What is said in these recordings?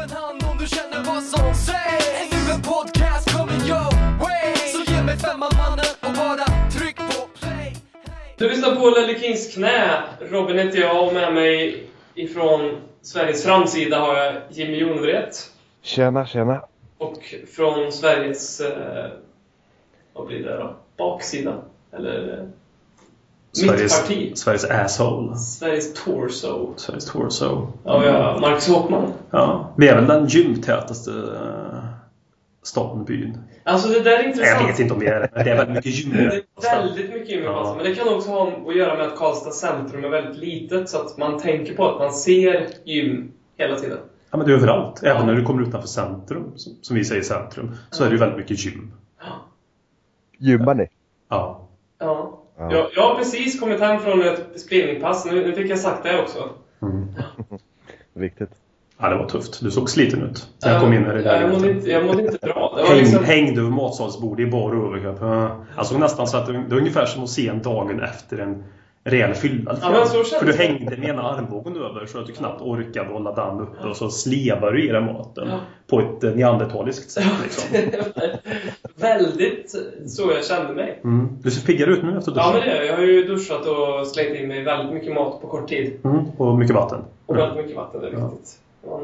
en hand om du känner vad som sägs. Nu en podcast kommer your way. Så ge mig 5 mannen och bara tryck på play. Du lyssnar på Lelle Kings knä. Robin heter jag och med mig ifrån Sveriges framsida har jag Jimmy Jonvret. Tjena. Och från Sveriges, vad blir det då? Baksida? Eller mittparti? Sveriges asshole. Sveriges torso. Ja, vi har Marcus Håkman. Ja, vi är väl den gymtätaste staden, byn. Alltså det där är intressant. Jag vet inte om vi är det, men det är väldigt mycket gym. Det är väldigt mycket gym, ja. Men det kan också ha att göra med att Karlstad centrum är väldigt litet. Så att man tänker på att man ser gym hela tiden. Ja, men det är överallt. Även när du kommer utanför centrum, som vi säger centrum, så är det ju väldigt mycket gym. Gymmar ni? Ja. Jag har precis kommit hem från ett spinningpass. Nu fick jag sagt det också. Viktigt. Ja, det var tufft. Du såg sliten ut. Jag kom in här jag mådde inte bra. Hängde över matsalsbordet i bara överkropp. Alltså nästan så att det är ungefär som att se en dagen efter en rejäl fylla. Ja, för du hängde med ena armbågen över så att du knappt orkade hålla den uppe. Och så slevar du i den maten på ett neandertaliskt sätt. Liksom. Väldigt så jag kände mig. Du ser piggare ut nu efter duschen. Ja, men det. Jag har ju duschat och slängt in mig väldigt mycket mat på kort tid. Och mycket vatten. Och väldigt mycket vatten, det är viktigt.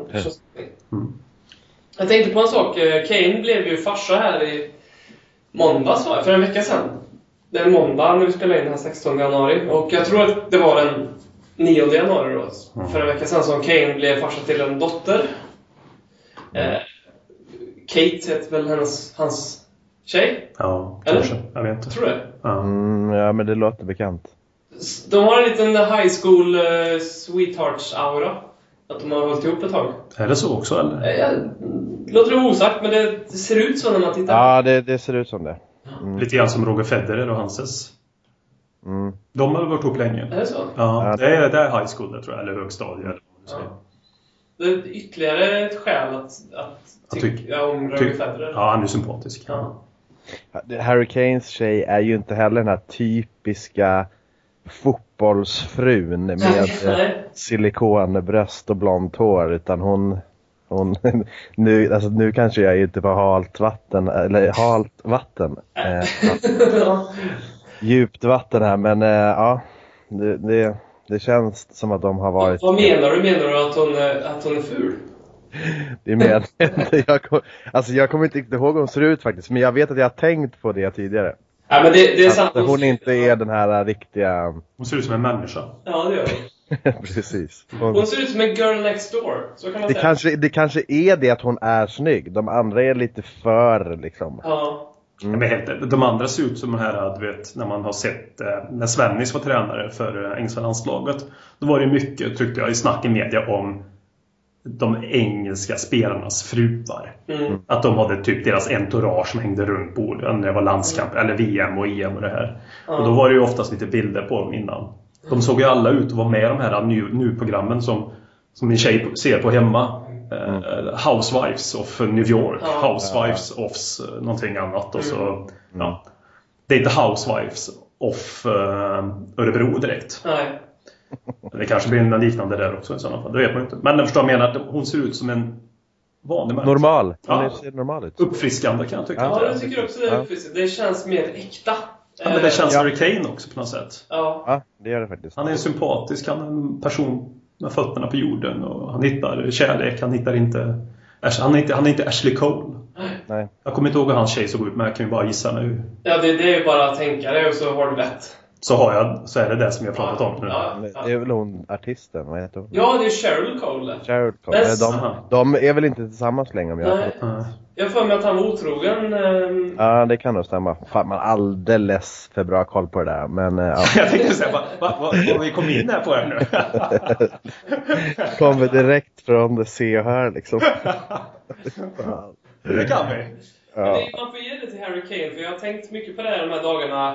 Jag tänkte på en sak. Kane blev ju farsa här i måndags, för en vecka sedan. Det är måndag när vi spelar in den här 16 januari. Och jag tror att det var den 9 januari då. För en vecka sedan som Kane blev farsa till en dotter. Kate heter väl hans tjej? Ja, eller? Kanske. Jag vet inte. Tror det? Ja, men det låter bekant. De har en liten high school sweethearts-aura. Att de har hållit ihop ett tag. Är det så också, eller? Låter det osagt, men det ser ut så när man tittar. Ja, det ser ut som det. Lite grann som Roger Federer och Hanses. De har varit ihop länge. Är det så? Ja, det är high school, det tror jag. Eller högstadie, eller vad du säger. Det är ytterligare ett skäl att tycka om Roger Federer. Ja, han är sympatisk. Ja. Harry Kanes tjej är ju inte heller den här typiska fotbollsfrun med silikonbröst och blont hår, utan hon nu kanske jag är ute på halt vatten djupt vatten här, men ja, det känns som att de har varit. Vad menar du? Menar du att hon är ful? Det menar jag kommer inte riktigt ihåg hur hon ser ut faktiskt, men jag vet att jag har tänkt på det tidigare. Ja, men det är sant. Hon inte är den här riktiga. Hon ser ut som en människa. Ja, det gör hon. Precis. Hon ser ut som en girl next door. Så kan man säga. Det kanske är det att hon är snygg. De andra är lite för liksom. Ja. De andra ser ut som den här, du vet, när man har sett när Svennis var tränare för engelska landslaget. Då var det mycket, tyckte jag, i snack i media om de engelska spelarnas fruar. Att de hade typ deras entourage som hängde runt bordet när det var landskamp eller VM och EM och det här. Och då var det ju oftast lite bilder på dem innan. De såg ju alla ut och var med i de här nu-programmen som min tjej ser på hemma. Housewives of New York, Housewives of någonting annat. Och så, det är inte Housewives of Örebro direkt. Nej. Det kanske blir en liknande där också i sådana fall. Det vet man inte. Men jag förstår, jag menar att hon ser ut som en vanlig människa. Normal. Hon ser normal ut. Uppfriskande kan jag tycka. Ja, jag tycker också det är uppfriskande. Det känns mer äkta. Ja, men det känns Harry Kane också på något sätt. Ja, det gör det faktiskt. Han är sympatisk. Han är en person med fötterna på jorden. Och han hittar kärlek. Han hittar inte... Han är inte Ashley Cole. Nej. Jag kommer inte ihåg hur hans tjej såg ut, men jag kan ju bara gissa nu. Ja, det är ju bara att tänka det och så har du rätt. Så är det som jag pratat om nu. Ja. Det är väl hon artisten, vad heter hon? Ja, det är Cheryl Cole. De är väl inte tillsammans längre, om jag får med att han var otrogen. Ja, det kan nog stämma. Fan, man alldeles för bra koll på det där. Men, ja. Jag tänkte säga, vad vi kom in här på här nu? Kommer direkt från det se här liksom. Det kan vi. Ja. Man får ge det till Harry Kane, för jag har tänkt mycket på det här de här dagarna.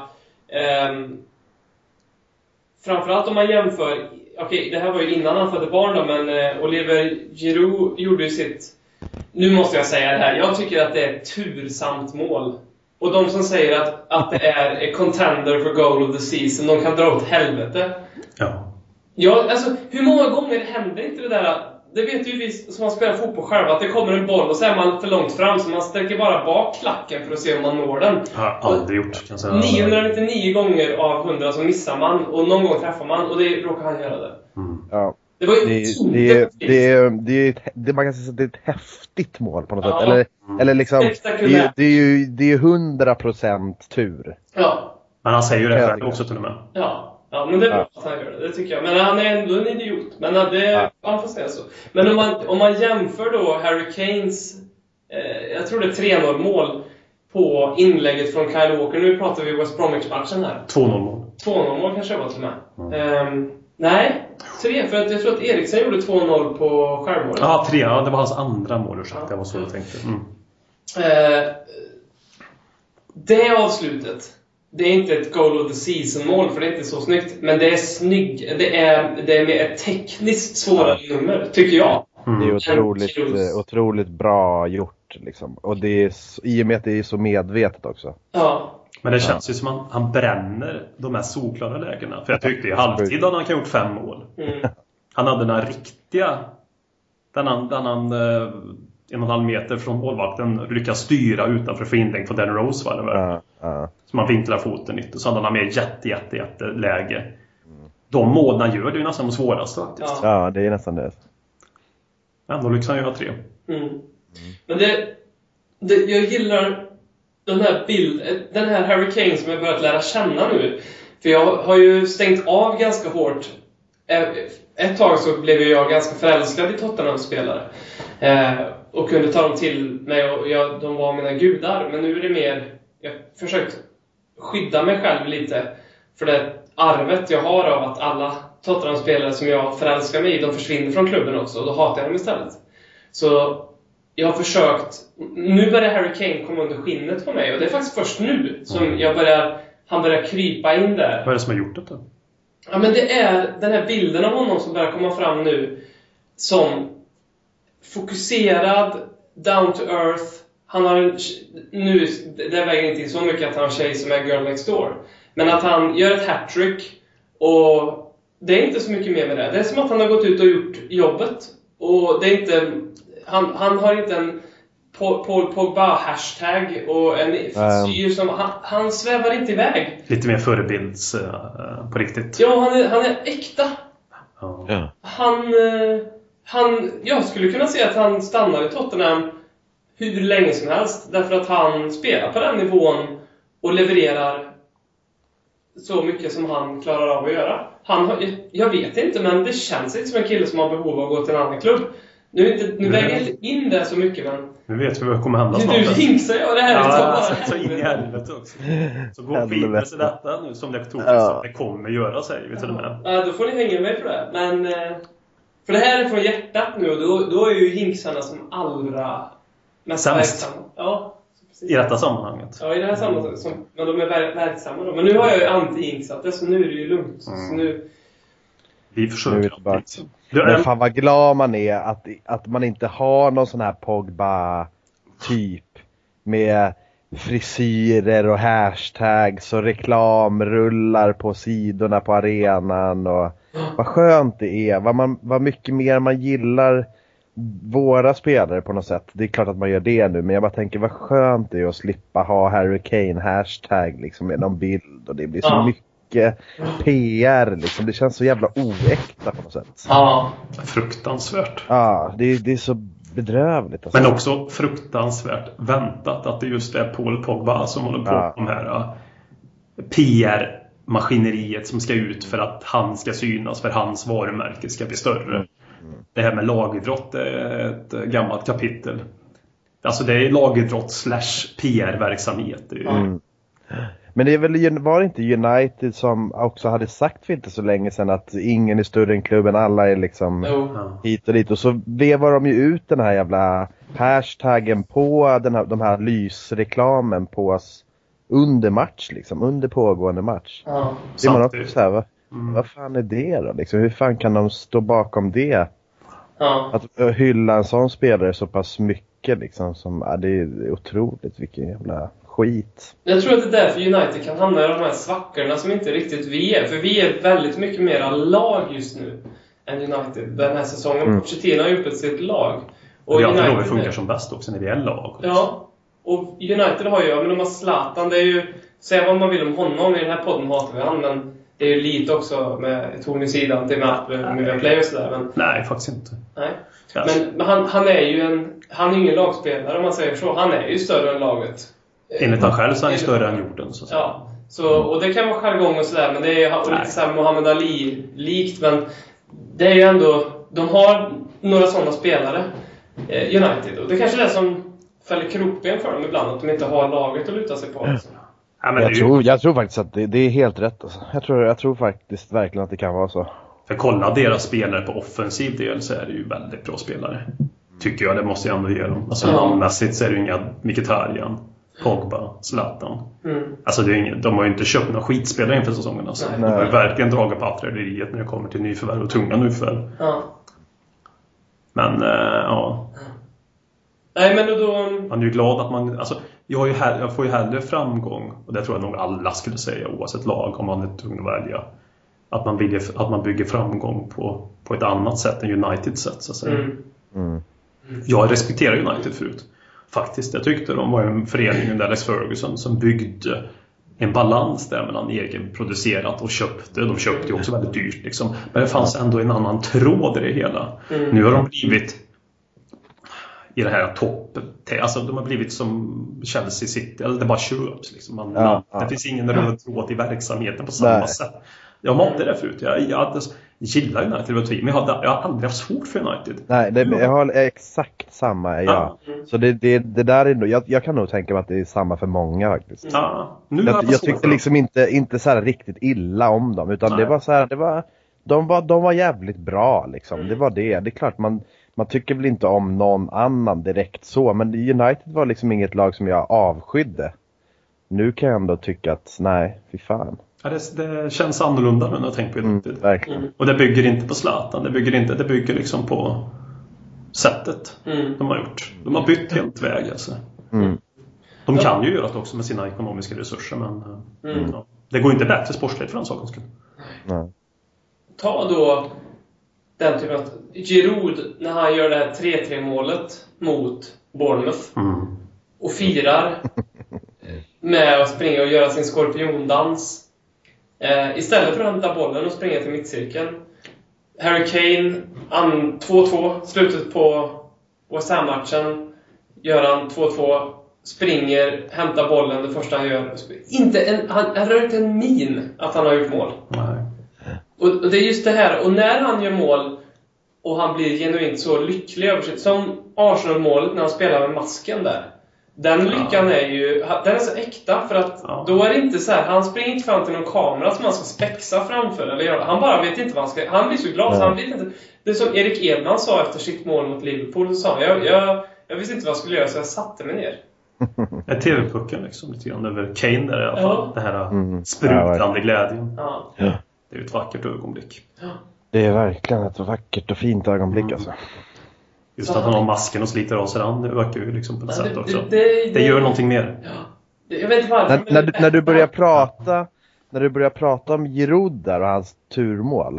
Framförallt om man jämför. Okej, det här var ju innan han födde barn då, men Oliver Giroud gjorde ju sitt. Nu måste jag säga det här. Jag tycker att det är ett tursamt mål. Och de som säger att det är a contender for goal of the season, de kan dra åt helvete. Ja. Ja, alltså hur många gånger händer inte det där det vet ju vi som har spelat fotboll själva, att det kommer en boll och så är man för långt fram så man sträcker bara bak klacken för att se om man når den. Har jag aldrig gjort, kan jag säga. 999 gånger av 100 så missar man och någon gång träffar man och det råkar han göra det. Ja. Det var ju man kan säga att det är ett häftigt mål på något Ja. sätt. Eller liksom, Spektakulärt. det är ju 100% tur. Ja. Men han säger ju det Ja, själv det också till och med. Ja, men det är bra att han gör det, det tycker jag. Men han är ändå en idiot. Men han får säga så. Men om man jämför då Harry Kanes, jag tror det är 3-0 mål på inlägget från Kyle Walker. Nu pratar vi West Bromwich-matchen här. 2-0 mål. 2-0 mål kanske det var till med. Nej, 3, för att jag tror att Eriksen gjorde 2-0 på skärmålet. Ja, 3, det var hans andra mål, ursäkta. Det var så jag tänkte. Det avslutet, det är inte ett goal of the season mål, för det är inte så snyggt. Men det är snyggt. Det är med ett tekniskt svårare nummer, tycker jag. Det är otroligt bra gjort liksom. Och det är i och med att det är så medvetet också. Ja. Men det känns ju som att han bränner de här solklara lägena. För jag tyckte i halvtid hade han kan gjort 5 mål. Han hade den här riktiga, den han 1,5 meter från målvakten lyckas styra utanför för inlägg på Dan Rose, va? Så man vinklar foten ytter. Så hade han med jätte läge. De målen han gör, det är ju nästan de svåraste faktiskt. Ja, det är nästan det. Ändå lyckas han göra 3. Men jag gillar den här Harry Kane som jag börjat lära känna nu. För jag har ju stängt av ganska hårt. Ett tag så blev jag ganska förälskad i Tottenham-spelare. Och kunde ta dem till mig och de var mina gudar. Men nu är det mer, jag har försökt skydda mig själv lite. För det arvet jag har av att alla Tottenham-spelare som jag förälskar mig i, de försvinner från klubben också. Och då hatar jag dem istället. Så jag har försökt. Nu börjar Harry Kane komma under skinnet på mig. Och det är faktiskt först nu som han börjar krypa in där. Vad är det som har gjort det då? Ja, men det är den här bilden av honom som börjar komma fram nu. Som fokuserad, down to earth. Han har nu, det väger inte så mycket att han har en tjej som är girl next door. Men att han gör ett hattrick. Och det är inte så mycket mer med det. Det är som att han har gått ut och gjort jobbet. Och det är inte... Han har inte en Paul Pogba-hashtag och en frisyr som... Han svävar inte iväg. Lite mer förebilds på riktigt. Ja, han är äkta. Ja. Jag skulle kunna säga att han stannar i Tottenham hur länge som helst. Därför att han spelar på den nivån och levererar så mycket som han klarar av att göra. Jag vet inte, men det känns inte som en kille som har behov av att gå till en annan klubb. Nu väger jag inte in det så mycket, men... Nu vet vi vad kommer hända snart. Nu jinxar jag det här. Ja, så in i helvete också. Så gå och skit med sig detta nu som lektor som det kommer göra, säger vi till och med. Ja, då får ni hänga med för det. Men... För det här är från hjärtat nu och då är ju jinxarna som allra mest verksamma. Ja, i detta sammanhanget. Ja, i det här sammanhanget. Men de är verksamma då. Men nu har jag ju anti-jinxat det, så nu är det ju lugnt. Så nu... Vi försöker alltid. Men fan vad glad man är att man inte har någon sån här Pogba-typ med frisyrer och hashtags och reklamrullar på sidorna på arenan och vad skönt det är. Vad mycket mer man gillar våra spelare på något sätt. Det är klart att man gör det nu, men jag bara tänker vad skönt det är att slippa ha Harry Kane hashtag liksom med någon bild och det blir så mycket PR liksom. Det känns så jävla oäkta på något sätt. Ja, fruktansvärt. Ja, det är så bedrövligt alltså. Men också fruktansvärt väntat att det just är Paul Pogba som håller på de här PR-maskineriet som ska ut för att han ska synas, för hans varumärke ska bli större. Det här med lagidrott är ett gammalt kapitel. Alltså det är lagidrott / PR-verksamhet. Men det är väl, var det inte United som också hade sagt för inte så länge sedan att ingen är större än klubben, alla är liksom hit och dit. Och så vevar de ju ut den här jävla hashtaggen på de här lysreklamen på oss under match liksom, under pågående match. Det är man också så här, vad fan är det då liksom? Hur fan kan de stå bakom det? Att hylla en sån spelare så pass mycket liksom, som, det är otroligt vilken jävla skit. Jag tror att det är därför United kan hamna i de här svackorna som inte riktigt vi är. För vi är väldigt mycket mera lag just nu än United den här säsongen. Pochettino har gjort sitt lag. Och det är alltid då vi funkar som bäst också när vi är lag. Ja, och United har ju, men de har Zlatan, det är ju, säga vad man vill om honom, i den här podden hatar vi han, men det är ju lite också med ett horn i sidan till med play och sådär. Men, nej, faktiskt inte. Nej. Men han är ju han är ingen lagspelare om man säger så. Han är ju större än laget. Enligt han själv så är han större än jorden. Så. Ja, så, och det kan vara jargong och sådär, men det är ju lite såhär Muhammad Ali-likt, men det är ju ändå, de har några sådana spelare, United, och det kanske är det som fäller krokben för dem ibland, att de inte har laget att luta sig på. Alltså. Ja, men jag tror faktiskt att det är helt rätt. Alltså. Jag tror faktiskt verkligen att det kan vara så. För kolla deras spelare på offensiv del så är det ju väldigt bra spelare. Tycker jag, det måste jag ändå ge dem. Alltså namnmässigt så är det ju inga Mkhitaryan, Pogba, Zlatan. Alltså det är inget, de har ju inte köpt några skitspelare inför säsongen. Alltså. De har ju verkligen dragit på artilleriet när det kommer till nyförvärv och tunga nyförvärv. Ja. Men ja. Nej, men då... Man är ju glad att man... Alltså, jag får ju hellre framgång, och det tror jag nog alla skulle säga oavsett lag, om man är tvungen att välja. Att man bygger framgång på ett annat sätt än United sätt, så att säga. Jag respekterar United förut. Faktiskt, jag tyckte de var en förening under Alex Ferguson som byggde en balans där mellan egenproducerat och köpte. De köpte ju också väldigt dyrt liksom. Men det fanns ändå en annan tråd i det hela. Nu har de blivit i det här toppen. Alltså de har blivit som Chelsea City, eller det bara köps liksom. Det finns ingen röd tråd i verksamheten på samma sätt. Jag har inte det förut. Jag gillar United, men jag har aldrig haft svårt för United. Nej, jag har exakt samma. Så det där är, jag kan nog tänka mig att det är samma för många faktiskt. Jag tyckte liksom inte så här riktigt illa om dem, utan det var så här, de var jävligt bra liksom. Det var det. Det är klart man tycker väl inte om någon annan direkt så, men United var liksom inget lag som jag avskydde. Nu kan jag ändå tycka att nej, fy fan. Ja, det känns annorlunda nu när jag tänker på United. Verkligen. Och det bygger inte på Zlatan, det bygger liksom på sättet de har gjort. De har bytt helt väg alltså. De kan ju göra det också med sina ekonomiska resurser, men det går inte bättre sportsligt för den sakens skull. Nej. Ta då den typen av Giroud när han gör det här 3-3 målet mot Bournemouth och firar med att springa och göra sin skorpiondans. Istället för att hämta bollen och springa till mittcirkeln. Harry Kane 2-2 slutet på West Ham-matchen, gör han 2-2, springer, hämtar bollen det första han gör. Han rör inte en min att han har gjort mål. Nej. Och det är just det här, och när han gör mål och han blir genuint så lycklig över sig, som Arsenal-målet när han spelar med masken där. Den lyckan är ju, den är så äkta, för att då är det inte så här, han springer inte fram till någon kamera som han ska spexa framför eller göra. Han bara vet inte vad han ska, han blir så glad så han vet inte. Det är som Erik Edman sa efter sitt mål mot Liverpool, så sa jag visste inte vad jag skulle göra, så jag satte mig ner. Ett TV-pucken liksom, lite grann över Kane där i alla fall. Det här sprutande glädjen. Det är ju ett vackert ögonblick. Det är verkligen ett vackert och fint ögonblick alltså. Just att han har masken och sliter av sig den, det verkar ju liksom på ett sätt också. Det gör någonting mer. Jag vet inte varför. När du börjar prata om Giroud där och hans turmål.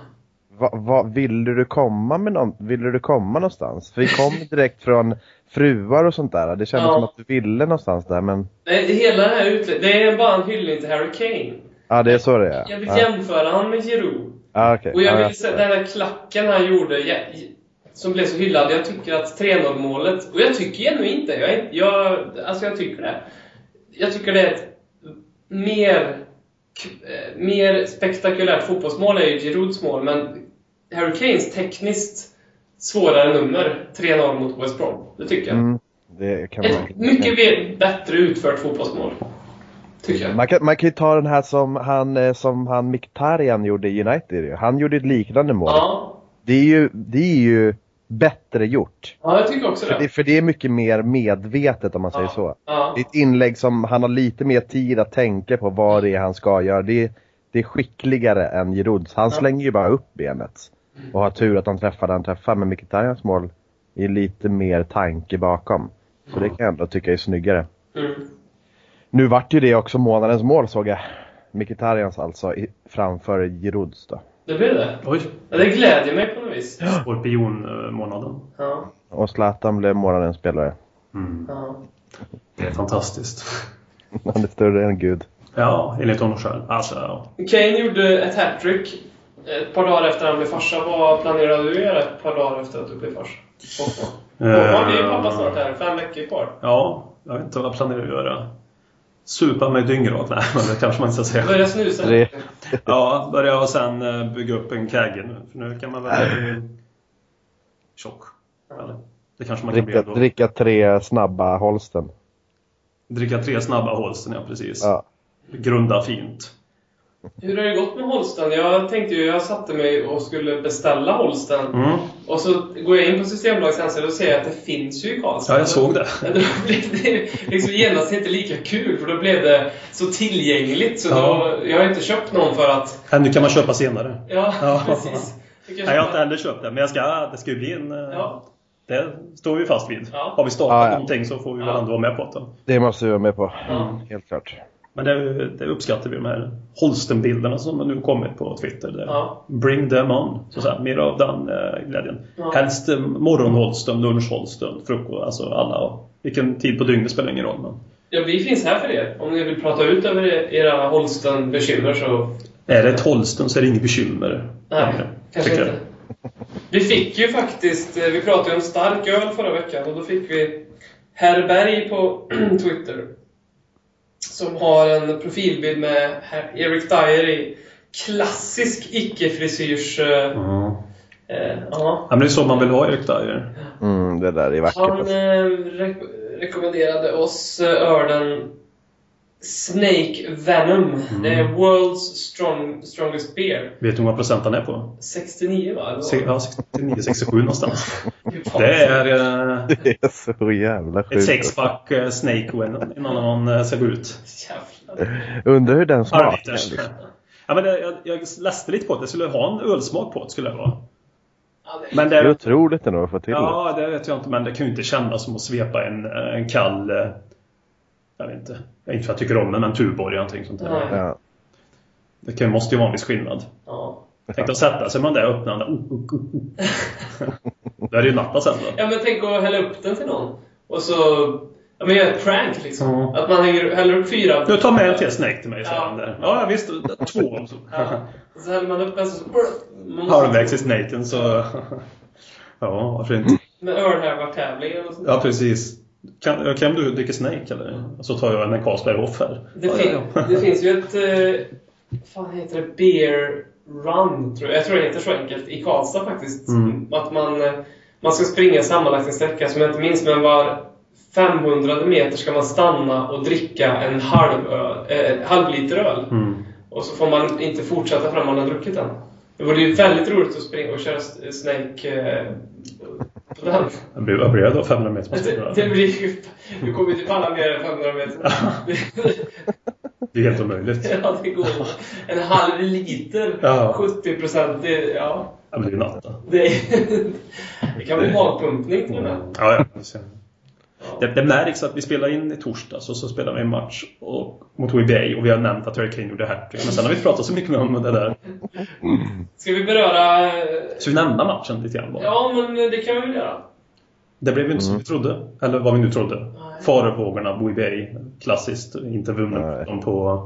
Ville du komma någonstans? För vi kom direkt från fruar och sånt där. Det kändes som att du ville någonstans där, men... Nej, hela det här det är bara en hyllning till Harry Kane. Ja, det är så det är. Jag vill jämföra han med Giroud. Okay. Och jag vill säga den där klacken han gjorde som blev så hyllad. Jag tycker att 3-0-målet, och jag tycker ännu inte, jag tycker det. Jag tycker det är ett mer spektakulärt fotbollsmål är ju Girouds mål, men Harry Kanes tekniskt svårare nummer 3-0 mot West Brom, det tycker jag. Det kan ett mycket bättre utfört fotbollsmål, tycker jag. Man kan ju ta den här som han Mkhitaryan gjorde i United. Han gjorde ett liknande mål. Ja. Det är ju bättre gjort. Ja, jag tycker också det. För det är mycket mer medvetet, om man säger så. Ja. Det är ett inlägg som han har lite mer tid att tänka på vad det är han ska göra. Det är skickligare än Giroud. Han slänger ju bara upp benet. Och har tur att han träffar. Men Mkhitarjans mål är lite mer tanke bakom. Så det kan jag ändå tycka är snyggare. Nu vart ju det också månadens mål, såg jag. Mkhitarjans alltså framför Girouds då. Det blir det? Oj. Ja, det glädjer mig på något vis. Skorpionmånaden. Ja. Och Zlatan blev månadens spelare. Ja. Det är fantastiskt. Han är större än Gud. Ja, enligt honom själv. Alltså, ja. Kane gjorde ett hattrick ett par dagar efter han blev farsa. Vad planerade du göra ett par dagar efter att du blev farsa? Vad blir pappa snart här? 5 veckor kvar. Ja, jag vet inte vad jag planerar att göra. Supa med dyngrak. Nej, men det kanske man inte ska säga. Börja snusa. Ja, börja och sen bygga upp en kagge nu. För nu kan man väl tjock. Eller? Det kanske man kan bli ändå. Dricka 3 snabba Holsten. Dricka 3 snabba Holsten, ja precis. Ja. Grunda fint. Hur har det gått med Holsten? Jag satte mig och skulle beställa Holsten. Och så går jag in på Systembolagets hemsida och ser att det finns ju i Karlstad. Ja, jag såg det. Då blev det liksom genast inte lika kul, för då blev det så tillgängligt. Så jag har inte köpt någon för att... Nu kan man köpa senare. Ja. Precis. Nej, jag har inte heller köpt det, men det ska ju bli en... Det står vi fast vid. Ja. Har vi startat någonting så får vi väl ändå vara med på det. Det måste vi vara med på, helt klart. Men det uppskattar vi, de här Holsten-bilderna som nu kommit på Twitter. Bring them on. Så att säga, mer av den glädjen. Helst morgonholsten, lunchholsten, frukost, alltså alla. Vilken tid på dygnet spelar ingen roll. Men... Ja, vi finns här för er. Om ni vill prata ut över era Holsten-bekymmer så... Är det ett Holsten så är det inget bekymmer. Nej, kanske inte. Vi fick ju faktiskt, vi pratade om stark öl förra veckan och då fick vi Herr Berg på Twitter som har en profilbild med Eric Dyer i klassisk icke-frisyrs... Ja, men det är så man vill ha Eric Dyer. Det där är vackert. Han rekommenderade oss ölen Snake Venom. Det är World's Strongest Beer. Vet du hur många procent han är på? 69 va? Ja, 69, 67 någonstans. Det är så jävla sjukt. ett sexpack Snake Venom innan man ser ut. Jävlar. Undrar hur den smakar. Ja, men jag läste lite på det. Det skulle ha en ölsmak på det, skulle det vara. Men det är otroligt ändå att få till det. Ja, det vet jag inte. Men det kan ju inte kännas som att svepa en kall... Jag vet inte. Inte för att jag tycker om den, men Tuborg eller någonting sånt där. Ja. Det måste ju vara en viss skillnad. Ja. Tänk att sätta sig man där och öppna den. Det är ju natta sen då. Ja, men tänk att hälla upp den till någon. Och så... Ja, men gör ett prank liksom. Att man häller upp 4... Du tar med en till Snake till mig, säger han där. Ja, visst. 2. Och så häller man upp en så... Halvvägs i Snaken så... Ja, varför inte? Med ölhävartävling eller sånt. Ja, precis. Kan du dricka Snake eller? Så tar jag en Carlsberg Off här. Det finns ju ett... Vad heter det? Beer Run, tror jag. Jag tror det heter så enkelt. I Karlstad faktiskt. Att man ska springa sammanlagt en sträcka som jag inte minns, men var 500 meter ska man stanna och dricka en halv liter öl. Och så får man inte fortsätta förrän man har druckit den. Det vore ju väldigt roligt att springa och köra Snake på den. Vad blir det då? 500 meter? Det blir ju... Du kommer ju typ alla mer än 500 meter. Det är helt omöjligt. Ja, det går. En halv liter. 70%. Ja. Ja, men det är ju natta. Det kan bli magpumpning till och med. Ja. Det märks att vi spelar in i torsdags och så spelar vi en match mot WBA och vi har nämnt att Harry Kane gjorde hattrick. Men sen har vi pratat så mycket om det där. Ska vi beröra... Så vi nämna matchen lite grann bara? Ja, men det kan vi väl göra. Det blev inte som vi trodde. Eller vad vi nu trodde. Farevågorna, WBA, klassiskt. Inte vunnit dem på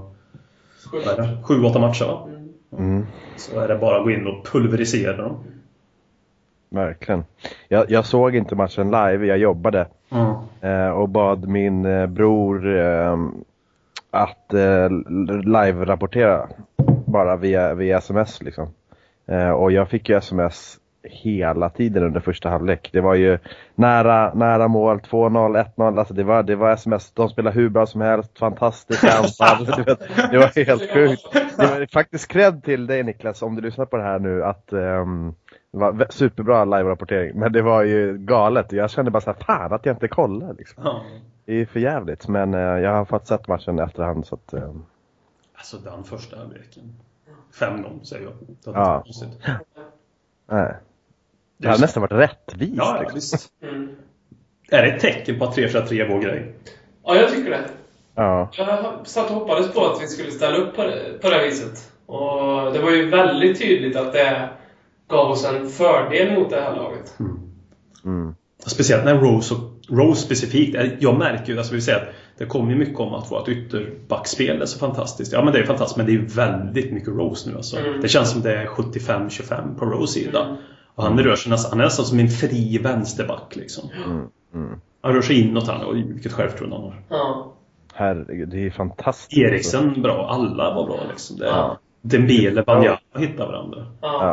7-8 matcher, va? Så är det bara att gå in och pulverisera dem. Verkligen. Jag såg inte matchen live, jag jobbade. Och bad min bror att live-rapportera bara via sms liksom. Och jag fick ju sms hela tiden under första halvlek. Det var ju nära mål, 2-0, 1-0. Alltså det var sms, de spelar hur bra som helst, fantastiskt anfall. Det var helt sjukt. Det var faktiskt cred till dig, Niklas, om du lyssnar på det här nu, att det var superbra live-rapportering. Men det var ju galet. Jag kände bara så här, fan att jag inte kollar liksom. Det är för jävligt. Men jag har fått sett matchen efterhand så att... Alltså den första halvleken 5-0 säger jag. Ja. Nej. Det hade nästan varit rättvist. Ja, liksom. Visst. Är det ett tecken på att 3-4-3 är vår grej? Ja, jag tycker det. Ja. Jag satt och hoppades på att vi skulle ställa upp på det här viset. Och det var ju väldigt tydligt att det gav oss en fördel mot det här laget. Speciellt när Rose specifikt. Jag märker ju, alltså vi säger att det kommer ju mycket om att vårt ytterbackspel är så fantastiskt. Ja, men det är fantastiskt, men det är ju väldigt mycket Rose nu alltså. Det känns som det är 75-25 på Rose sida. Och han rör sig nästan, han är nästan som en fri vänsterback liksom. Han rör sig inåt han, och vilket självförtroende han har. Herregud, det är fantastiskt. Eriksen bra, alla var bra liksom. Dembele, Banja hittar varandra.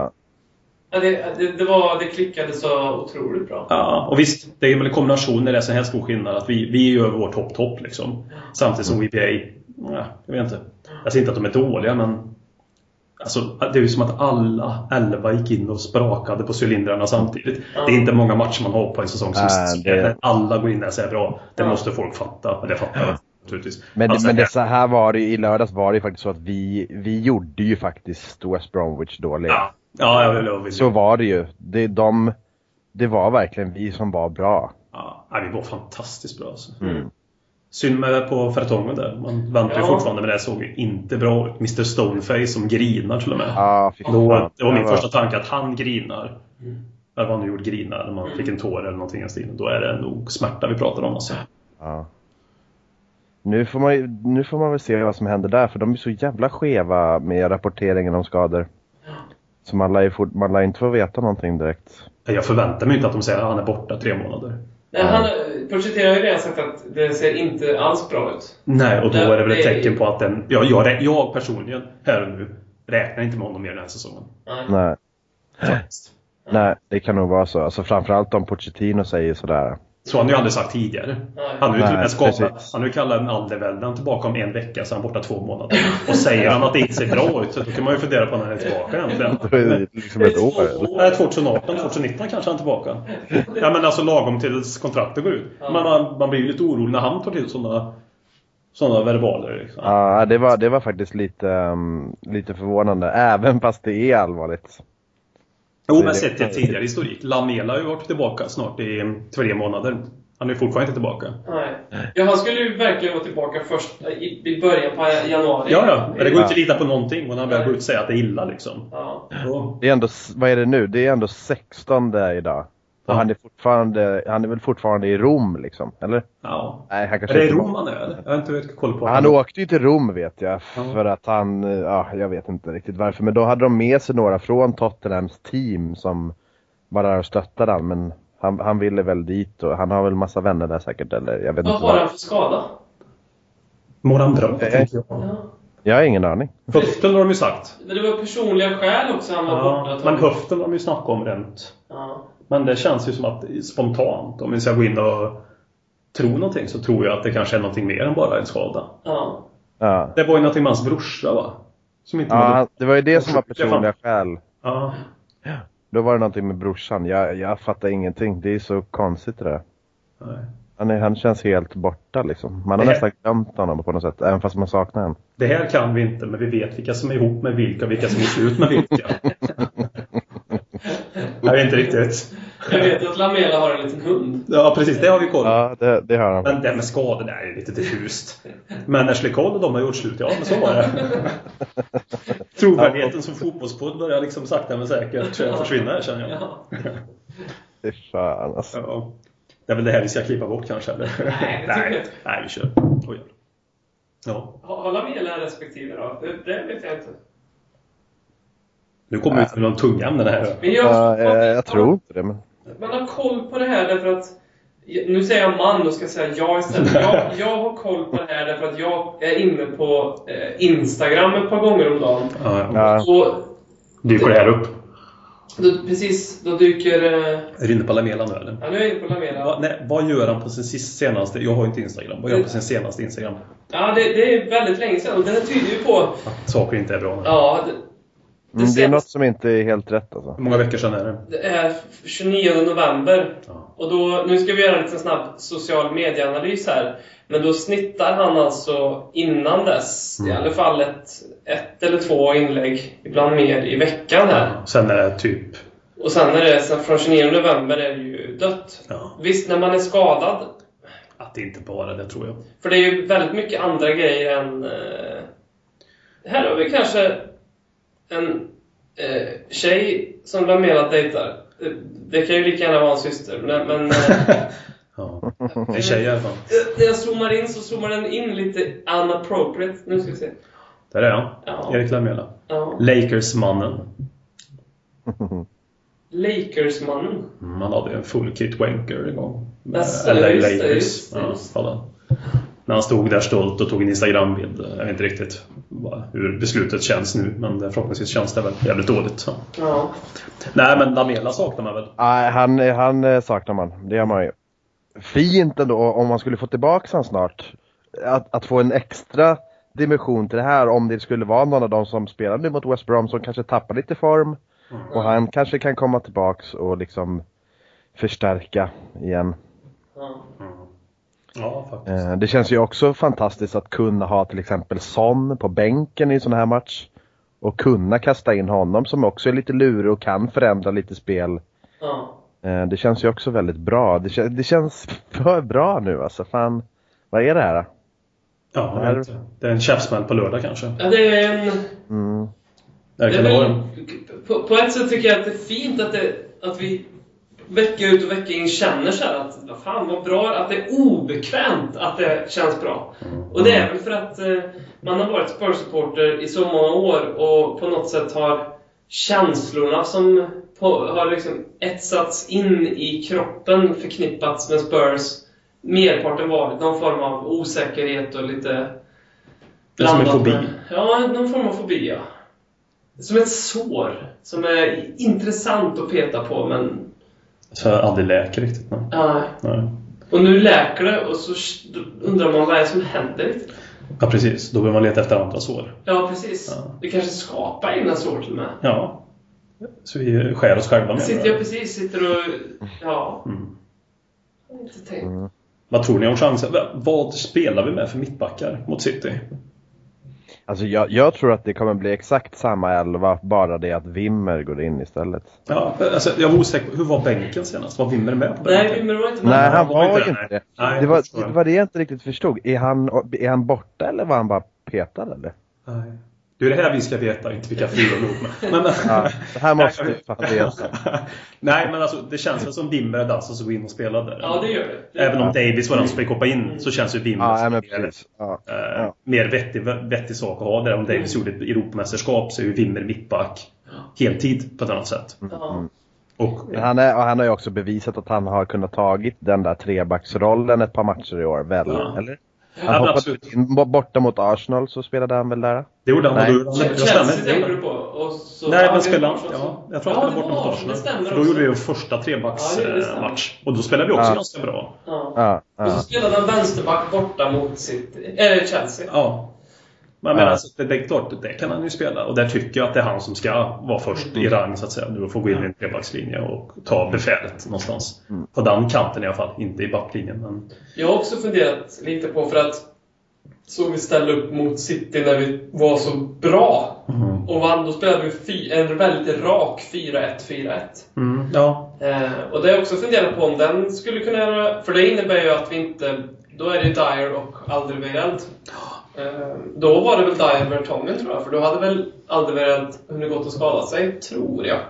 Det klickade så otroligt bra. Ja, och visst, det är en kombination när det är så här stor skillnad att vi gör vår topp liksom. Samtidigt som WBA, jag vet inte. Jag säger inte att de är dåliga, men alltså, det är ju som att alla 11 gick in och sprakade på cylindrarna samtidigt. Det är inte många matcher man har på en säsong som alla går in där och säger bra. Det måste folk fatta, och det fattar jag naturligtvis. Men det så här var det, i lördags var det faktiskt så att vi gjorde ju faktiskt West Bromwich dåliga. Så var det ju. Det var verkligen vi som var bra. Ja, vi var fantastiskt bra alltså. Synd med på Fertongen där. Man väntar ju fortfarande, men det såg ju inte bra ut. Mr. Stoneface som grinar till och med. Det var min första tanke att han grinar. Eller vad han gjorde, grinar när man fick en tår eller någonting i stilen. Då är det nog smärta vi pratar om alltså. Nu får man väl se vad som händer där, för de är så jävla skeva med rapporteringen om skador. Så man lär inte få veta någonting direkt. Jag förväntar mig inte att de säger att han är borta 3 månader. Nej, Pochettino har ju redan sagt att det ser inte alls bra ut. Nej, och då är det väl ett tecken på att jag personligen här och nu räknar inte med honom mer den här säsongen. Nej, det kan nog vara så. Alltså framförallt om Pochettino säger sådär. Så han har ju aldrig sagt tidigare. Han har ju kallat en Alderweireld tillbaka om 1 vecka, så han borta 2 månader. Och säger han att det inte ser bra ut, så då kan man ju fundera på när han är tillbaka egentligen. Då är det liksom ett år. Nej, 2018, 2019 kanske han är tillbaka. Ja, men alltså lagom tills kontraktet går ut. Men man blir ju lite orolig när han tar till sådana verbaler liksom. Ja, det var faktiskt lite förvånande, även fast det är allvarligt. Jo, men sett till tidigare historik. Lamela har ju varit tillbaka snart i 3 månader. Han är fortfarande inte tillbaka. Nej. Ja, han skulle ju verkligen vara tillbaka först i början på januari. Ja. Men det går inte att lita på någonting. Och han börjar gå ut och säga att det är illa liksom. Det är ändå, vad är det nu? Det är ändå 16 där idag. Och han är väl fortfarande i Rom liksom, eller? Ja. Nej, han kanske är det i Rom han är? Jag har inte koll på. Han åkte ju till Rom, vet jag. För att jag vet inte riktigt varför. Men då hade de med sig några från Tottenhams team som var där och stöttade han. Men han ville väl dit, och han har väl massa vänner där säkert, eller jag vet inte. Vad har han för skada? Mår han bra? Jag har ingen aning. Höften har de ju sagt. Men det var personliga skäl också han var borta. Men höften har de ju snackat om rent. Men det känns ju som att spontant, om vi ska gå in och tro någonting, så tror jag att det kanske är någonting mer än bara en skada. Det var ju någonting med hans brorsa, va? Som inte det var ju det som var personliga skäl. Ja. Då var det någonting med brorsan. Jag fattar ingenting. Det är så konstigt det där. Han känns helt borta liksom. Man har nästan glömt honom på något sätt, även fast man saknar honom. Det här kan vi inte, men vi vet vilka som är ihop med vilka som är slut med vilka. Jag vet inte riktigt. Jag vet att Lamela har en liten hund. Ja, precis, det har vi koll. Ja, det har han. Men det med skador där är lite diffust. Men Ashley Cole och de har gjort slut, men så var det. Trovärdigheten som fotbollspodd börjar liksom sakta men säkert försvinna här, känner jag. Det är fan alltså. Ja. Det är väl det här vi ska klippa bort kanske, eller? Nej, vi kör. Har Lamela respektive då? Det vet jag inte. Nu kommer vi ut med någon tunga ämnen här. Men jag tror inte det. Men... Man har koll på det här därför att... Nu säger jag man, då ska jag säga jag istället. Jag har koll på det här därför att jag är inne på Instagram ett par gånger om dagen. Och dyker det här upp? Då dyker... Är du inne på Lamela nu, eller? Ja, nu är jag inne på Lamela. Vad gör han på sin senaste... Jag har inte Instagram. Vad gör han på sin senaste Instagram? Ja, det är väldigt länge sedan. Och den tyder ju på... Att saker inte är bra. Ja, det är något som inte är helt rätt alltså. Hur många veckor sedan är det? Det är 29 november. Och då, nu ska vi göra en liten snabb social medieanalys här. Men då snittar han alltså innan dess i alla fall ett eller 2 inlägg, ibland mer i veckan här. Sen är det typ... Och sen är det från 29 november är det ju dött. Visst, när man är skadad. Att det inte bara det, tror jag. För det är ju väldigt mycket andra grejer än... Här har vi kanske en tjej som Lamela dejtar. Det kan ju lika gärna vara en syster. Men ja, det är tjej i alla fall. När jag zoomar in så zoomar den in lite unappropriate. Nu ska vi se. Där är han. Ja. Erik Lamela. Ja. Lakersmannen. Lakersmannen? Man hade en full Kit Wanker en gång. LA Lakers. Ja. När han stod där stolt och tog en Instagram-bild. Jag vet inte riktigt hur beslutet känns nu. Men förhoppningsvis känns det väl jävligt dåligt. Så. Ja. Nej, men Lamela saknar man väl? Nej, han saknar man. Det gör man ju. Fint ändå om man skulle få tillbaka han snart. Att få en extra dimension till det här. Om det skulle vara någon av dem som spelade mot West Brom som kanske tappar lite form. Och han kanske kan komma tillbaks och liksom förstärka igen. Ja, faktiskt. Det känns ju också fantastiskt att kunna ha till exempel Son på bänken i en sån här match. Och kunna kasta in honom som också är lite lurig och kan förändra lite spel. Det känns ju också väldigt bra. Det känns för bra nu alltså. Fan, vad är det här? Ja, det är en käftsmäll på lördag kanske. Ja, det är en... På ett sätt tycker jag att det är fint att vi vecka ut och vecka in känner så här att fan vad bra, att det är obekvämt att det känns bra. Och det är väl för att man har varit Spurs-supporter i så många år och på något sätt har känslorna som har liksom etsats in i kroppen förknippats med Spurs merparten varit någon form av osäkerhet och lite som en fobi. Ja, någon form av fobi, ja. Som ett sår som är intressant att peta på, men så aldrig läker riktigt. Nej. Och nu läker det och så undrar man vad är som händer riktigt. Ja, precis. Då behöver man leta efter andra sår. Ja, precis. Ja. Vi kanske skapar egna sår till och med. Ja. Så vi skär oss själva med. Sitter och... Ja. Jag har inte tänkt. Vad tror ni om chansen? Vad spelar vi med för mittbackar mot City? Alltså jag tror att det kommer bli exakt samma 11, bara det att Wimmer går in istället. Ja, alltså jag var osäker. Hur var bänken senast? Var Wimmer med på bänken? Nej, Wimmer var inte med. Nej, han var inte det. Nej, det var det jag inte riktigt förstod. Är han borta eller var han bara petad eller? Nej. Det är det här vi ska veta, inte vilka fyra nog med. Men, det här måste vi fan veta. Nej, men alltså det känns väl som Wimmer är dags att gå in och spela där. Ja, det gör det. Även om Davis var den som fick hoppa in så känns ju Wimmer mer vettig sak att ha där. Om Davis gjorde ett Europamästerskap så är ju Wimmer mittback heltid på ett annat sätt. Och han har ju också bevisat att han har kunnat tagit den där trebacksrollen ett par matcher i år, väl? Eller? Han hoppade in borta mot Arsenal, så spelade han väl där? Det gjorde han. Chelsea tänker du på? Och så nej, men spelade han. Ja, jag tror att han borta mot Arsenal. För då gjorde vi en första trebacksmatch. Och då spelade vi också ganska bra. Och så spelade han vänsterback borta mot Chelsea. Ja. Men alltså, det är klart, det kan han ju spela. Och där tycker jag att det är han som ska vara först i rang så att säga. Nu får gå in i en trebackslinje och ta befälet någonstans. På den kanten i alla fall, inte i backlinjen. Men... Jag har också funderat lite på, för att så vi ställde upp mot City när vi var så bra. Och vann, då spelade vi en väldigt rak 4-1-4-1. Ja. Och det har jag också funderat på om den skulle kunna göra. För det innebär ju att vi inte... Då är det Dyer och Alderweireld. Då var det väl Dyer Vertongen, tror jag. För då hade väl Alderweireld hunnit gått och skadat sig, tror jag.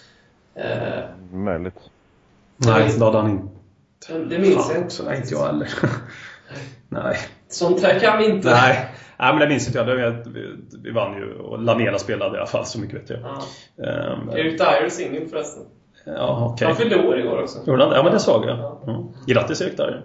Möjligt. Nej, då hade han inte. Det minns jag också. Nej, inte jag heller. Nej. Sånt här kan vi inte. Nej, men det minns inte jag. Vi vann ju och Lamela spelade i alla fall, så mycket vet jag. Erik Dyer singel förresten. Ja, okej. Han fyllde år igår också. Gjorde han det? Ja, men det såg jag. Grattis Erik Dyer.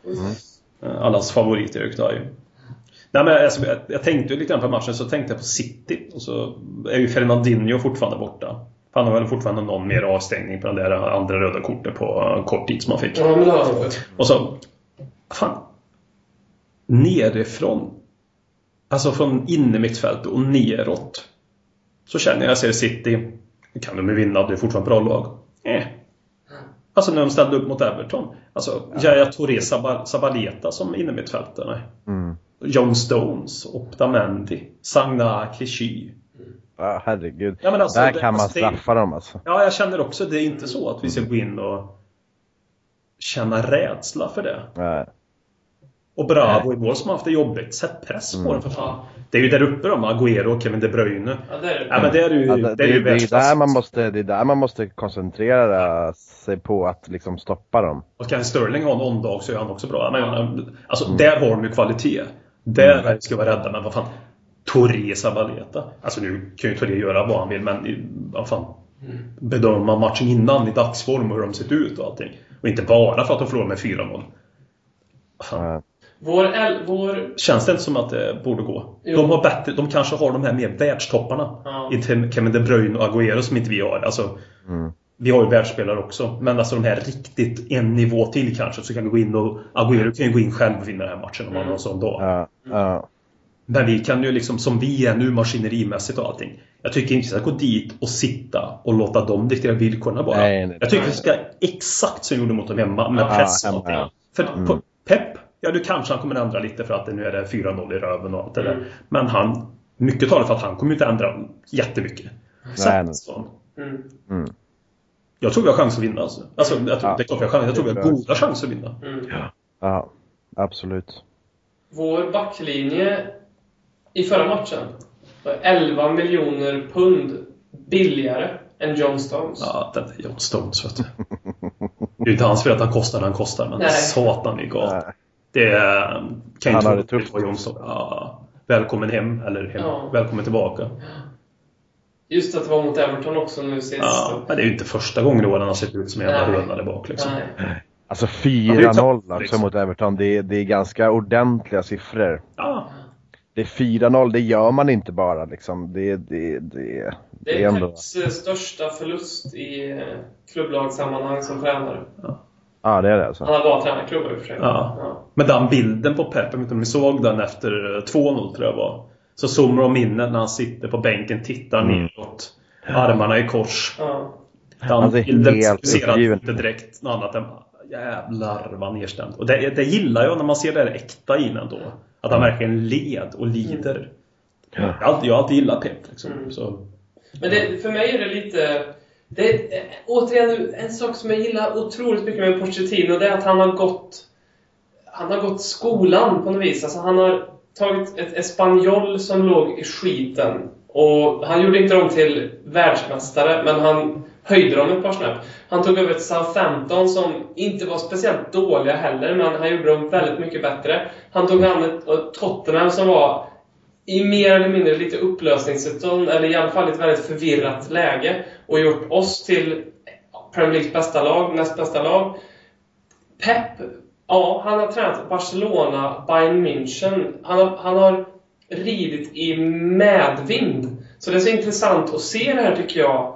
Allas favorit Erik Dyer. Nej, men alltså, jag tänkte ju lite grann på matchen, så tänkte jag på City. Och så är ju Fernandinho fortfarande borta. Han har väl fortfarande någon mer avstängning på den där andra röda kortet på kort tid som han fick. Och så, fan, nerifrån, alltså från innermittfält och neråt, så känner jag ser City, kan de ju vinna, det är fortfarande bra lag. Alltså när de ställde upp mot Everton, alltså Yaya Touré, Zabaleta som innermittfältare. John Stones, Optamendi, Sagna, Clichy. Ja, herregud. Ja, men alltså, där kan man straffa dem alltså. Ja, jag känner också, det är inte så att vi ska gå in och känna rädsla för det. Nej. Och Bravo i mål som har haft det jobbigt. Sätt press på den för fan. Det är ju där uppe då, Agüero och Kevin De Bruyne. Ja, det är det. Ja, men det är ju, det är ju där man måste koncentrera sig på att liksom stoppa dem. Och kan Sterling ha en ondag så är han också bra. Men, alltså, där har de ju kvalitet. Där ska vi vara rädda. Men vad fan, Touré Zabaleta. Alltså nu kan ju Touré göra vad han vill, men vad fan, bedöma matchen innan i dagsform och hur de sett ut och allting. Och inte bara för att de förlorar med 4-0. Fan. Känns det inte som att det borde gå? De har bättre, de kanske har de här mer världstopparna. I Kevin De Bruyne och Agüero som inte vi har. Alltså, vi har ju världsspelare också. Men alltså de här riktigt en nivå till kanske. Så kan vi gå in och Agüero kan ju gå in själv och vinna den här matchen om man har en sån dag. Men vi kan ju liksom, som vi är nu maskinerimässigt och allting. Jag tycker inte att vi ska gå dit och sitta och låta dem diktera villkorna bara. Nej. Jag tycker vi ska exakt som vi gjorde mot dem hemma med press och allting. För Pep, ja, du kanske han kommer ändra lite för att nu är det 4-0 i röven och allt det där. Men mycket talar för att han kommer inte ändra jättemycket. Jag tror vi har chans att vinna alltså. Jag tror vi har goda chanser att vinna. Ja, absolut. Vår backlinje i förra matchen var 11 miljoner pund billigare än John Stones. Ja, det är John Stones, vet du. Det är inte hans fel att han kostar, men satan är galet. Det kan inte vara tufft på John Stones. Ja, välkommen hem, välkommen tillbaka. Just att det var mot Everton också nu sist. Ja, men det är ju inte första gången då han har sett ut som en jävla höna där bak liksom. Alltså 4-0 alltså mot Everton, det är ganska ordentliga siffror. Ja. Det är 4-0, det gör man inte bara liksom. Det är ändå Peps största förlust i klubblagssammanhang som tränare. Ja, det är det alltså. Han har bara tränarklubbar i och för sig. Ja. Men den bilden på Pep, om ni såg den efter 2-0 tror jag var. Så zoomar de in när han sitter på bänken, tittar neråt, armarna i kors. Den bilden ser inte direkt något annat än jävlar vad nedstämt. Och det gillar jag när man ser det där äkta innan då. Att han verkligen led och lider. Jag har alltid gillat Pep liksom. Så. Men för mig är det lite... Det är återigen en sak som jag gillar otroligt mycket med Pochettino. Det är att han har gått skolan på något vis. Alltså han har tagit ett Espanyol som låg i skiten. Och han gjorde inte dem till världsmästare, men han höjde dem ett par snäpp. Han tog över ett Southampton som inte var speciellt dåliga heller, men han gjorde dem väldigt mycket bättre. Han tog an ett Tottenham som var i mer eller mindre lite upplösningssituation, eller i alla fall ett väldigt förvirrat läge, och gjort oss till Premier Leagues bästa lag, näst bästa lag. Pep, han har tränat Barcelona, Bayern München. Han har ridit i medvind. Så det är så intressant att se det här, tycker jag.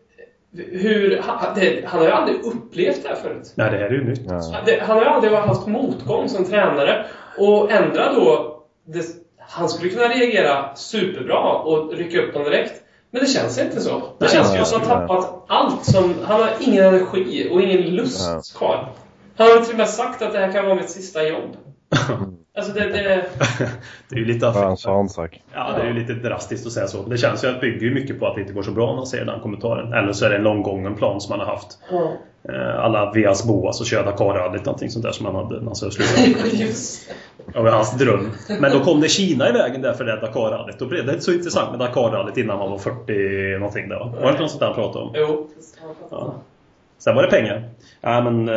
Han har ju aldrig upplevt det här förut. Nej, det här är ju nytt. Han har ju aldrig haft motgång som tränare. Och ändra då... Han skulle kunna reagera superbra och rycka upp dem direkt. Men det känns inte så. Det känns ju som att han har tappat allt. Han har ingen energi och ingen lust kvar. Han har till och med sagt att det här kan vara mitt sista jobb. Alltså det är ju lite sak. Ja, det är ju lite drastiskt att säga så. Det känns ju att bygger ju mycket på att det inte går så bra när man ser den kommentaren. Eller så är det en långgången plan som man har haft. Alla Vias Boas och köra Dakar-rallyt, någonting sånt där som man hade när man så slutade. Det var hans dröm. Men då kom det Kina i vägen där för det Dakar-rallyt. Då blev det inte så intressant med Dakar-rallyt innan man var 40 någonting där. Var det inte något sånt där han pratade om? Jo. Ja. Sen var det pengar. Ja, men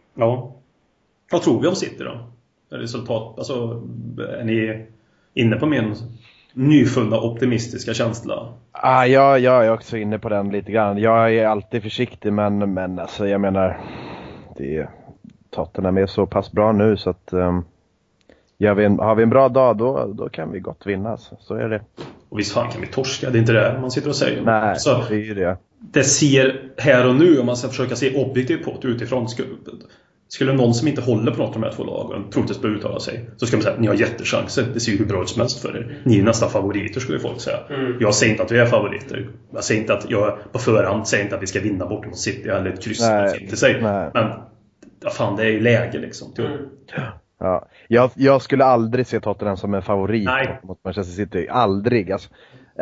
vad tror vi om City då? Resultat, alltså, är ni inne på min nyfunna optimistiska känsla? Jag är också inne på den lite grann. Jag är alltid försiktig, men alltså, jag menar, Tottenham är så pass bra nu så att har vi en bra dag då kan vi gott vinna. Så är det. Och visst fan kan vi torska, det är inte det man sitter och säger. Nej, så, det är ju det. Det ser här och nu, om man ska försöka se objektivt på det utifrån, skulle någon som inte håller på något av de här två lagen troligtvis börja uttala sig, så ska man säga att ni har jättechanser. Det ser ju hur bra som helst för er. Ni är nästan favoriter, skulle folk säga. Jag säger inte att vi är favoriter. Jag säger inte att jag på förhand säger inte att vi ska vinna bort mot City eller ett kryss. Men fan, det är ju läge liksom. Ja. Jag skulle aldrig se Tottenham som en favorit mot Manchester City. Aldrig. Alltså,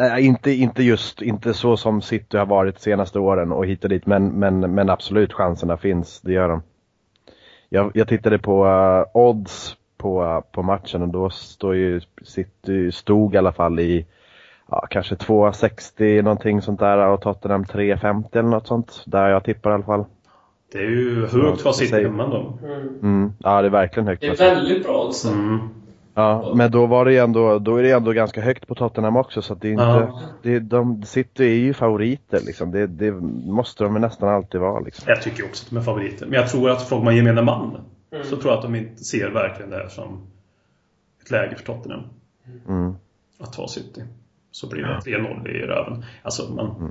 inte så som City har varit de senaste åren och hit och dit. Men absolut, chanserna finns. Det gör de. Jag tittade på odds på matchen och då stod i alla fall i kanske 2,60 någonting sånt där och Tottenham 3,50 eller något sånt. Där jag tippar i alla fall. Det är ju högt för City hemma då. Ja, det är verkligen högt. Det är väldigt bra alltså. Ja, men då är det ändå ganska högt på Tottenham också, så att det är inte de City är ju favoriter liksom. Det måste de nästan alltid vara liksom. Jag tycker också att de är favoriter, men jag tror att frågar man gemene man så tror jag att de inte ser verkligen det här som ett läge för Tottenham. Att ta City. Så blir det 3-0 i röven. Alltså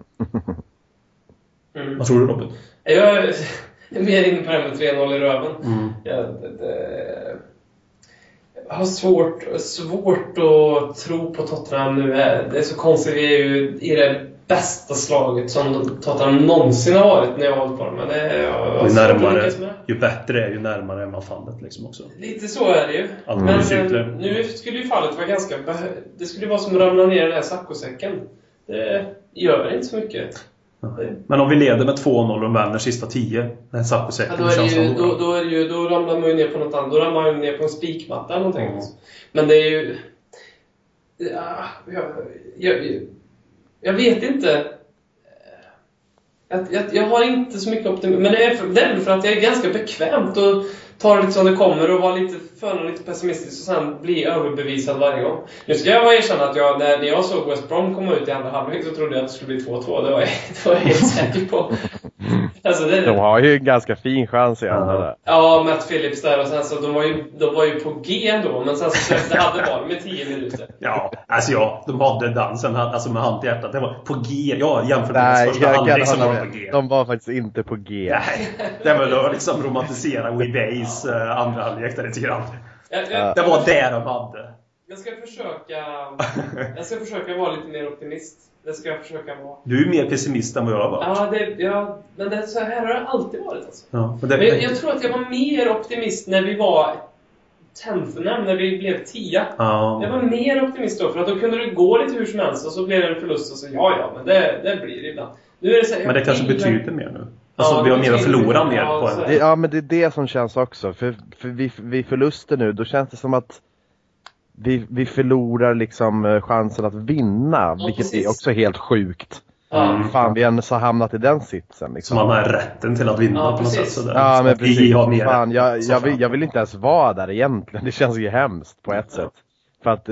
vad tror du, Robin? Jag är mer inne på det med 3-0 i röven. Jag har svårt att tro på Tottenham nu. Det är så konstigt. Vi är ju i det bästa slaget som Tottenham någonsin har varit när jag har hållit på dem. Men ju bättre är ju närmare är man fallet liksom också. Lite så är det ju. Men nu skulle ju fallet vara ganska... Det skulle vara som att ramla ner i den här saccosäcken. Det gör inte så mycket. Men om vi leder med 2-0 och vänner sista 10, den saccosäcken då ramlar man ju ner på något annat. Då ramlar man ju ner på en spikmatta eller någonting. Men det är ju... Jag vet inte. Jag har inte så mycket optimism. Men det är för att jag är ganska bekvämt och tar det lite som det kommer och vara lite pessimistisk och sen bli överbevisad varje gång. Nu ska jag erkänna att när jag såg West Brom komma ut i andra halvlek så trodde jag att det skulle bli 2-2. Det var jag helt säker på. Alltså, de har ju en ganska fin chans i andra där. Ja, Matt Phillips där och sen så de var ju på G ändå, men sen så det hade varit med 10 minuter. Ja, alltså de hade dansen alltså med hand i hjärtat. Det var på G. Ja, jämfört med första halvlek som var på G. De var faktiskt inte på G. Nej, det var då liksom romantisera We Base andra halvlek där lite grann. Det var där de hade. Jag ska försöka vara lite mer optimist. Det ska jag försöka vara. Du är mer pessimist än vad jag har varit. Men det så här har det alltid varit alltså. Ja, men jag tror att jag var mer optimist när vi var 10th, när vi blev 10. Ja. Jag var mer optimist då, för att då kunde det gå lite hur som helst och så blev det en förlust och så men det blir det ibland. Nu är det så här, men det kanske betyder mer nu. Alltså vi har mer att förlora mer på en. Ja, men det är det som känns också. För vi förluster nu, då känns det som att vi förlorar liksom chansen att vinna, vilket är också helt sjukt. Fan, vi har så hamnat i den sitsen liksom. Så man har rätten till att vinna på något sätt sådär. Ja, men precis. Fan, jag vill inte ens vara där egentligen. Det känns ju hemskt på ett sätt. För att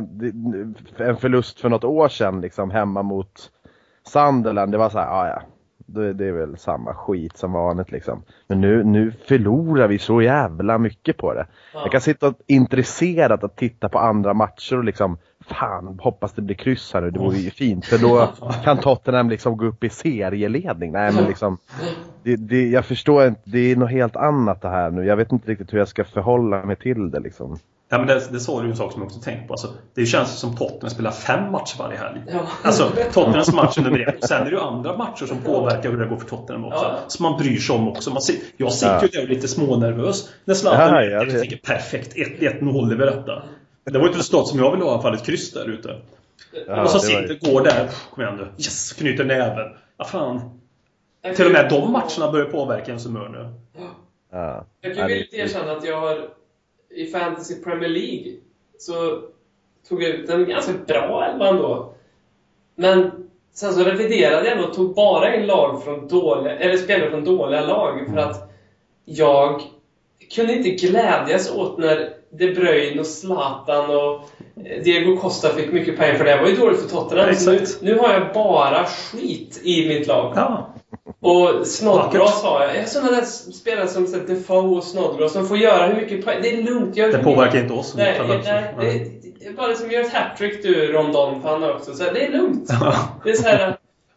en förlust för något år sedan liksom, hemma mot Sunderland, det var så här, det är väl samma skit som vanligt liksom. Men nu förlorar vi så jävla mycket på det. Jag kan sitta intresserat att titta på andra matcher och liksom, fan, hoppas det blir kryss här nu. Det vore ju fint, för då kan Tottenham liksom gå upp i serieledning. Nej, men liksom jag förstår inte, det är något helt annat det här nu. Jag vet inte riktigt hur jag ska förhålla mig till det liksom. Ja, men det såg du ju en sak som jag också tänkt på. Alltså, det känns som Tottenham spelar 5 matcher varje helg. Ja. Alltså Tottenhams match nummer 1. Sen är det ju andra matcher som påverkar hur det går för Tottenham också. Ja. Som man bryr sig om också. Jag sitter ju där lite smånervös när Zlatan jag tänker perfekt 1-1-0 över detta. Det var ju ett resultat som jag ville ha i alla fall, ett kryss där ute. Och så går där, kom igen nu, yes, knyter näven. Ja, fan. Till och med de matcherna börjar påverka en som hör nu. Ja. Jag kan vilja erkänna att jag har i Fantasy Premier League så tog jag ut en ganska bra elva ändå. Men sen så reviderade jag och tog bara in lag från spelare från dåliga lag, för att jag kunde inte glädjas åt när De Bruyne och Zlatan och Diego Costa fick mycket pengar, för det var ju dåligt för Tottenham. Nu har jag bara skit i mitt lag. Ja. Och Snodgrass har jag. Sådana där spelare som Defoe och Snodgrass som får göra hur mycket poäng. Det är lugnt. Det påverkar inte oss. Nej, det är bara som gör ett hattrick du, Rondon, fan också. Så det är lugnt. Det är så här,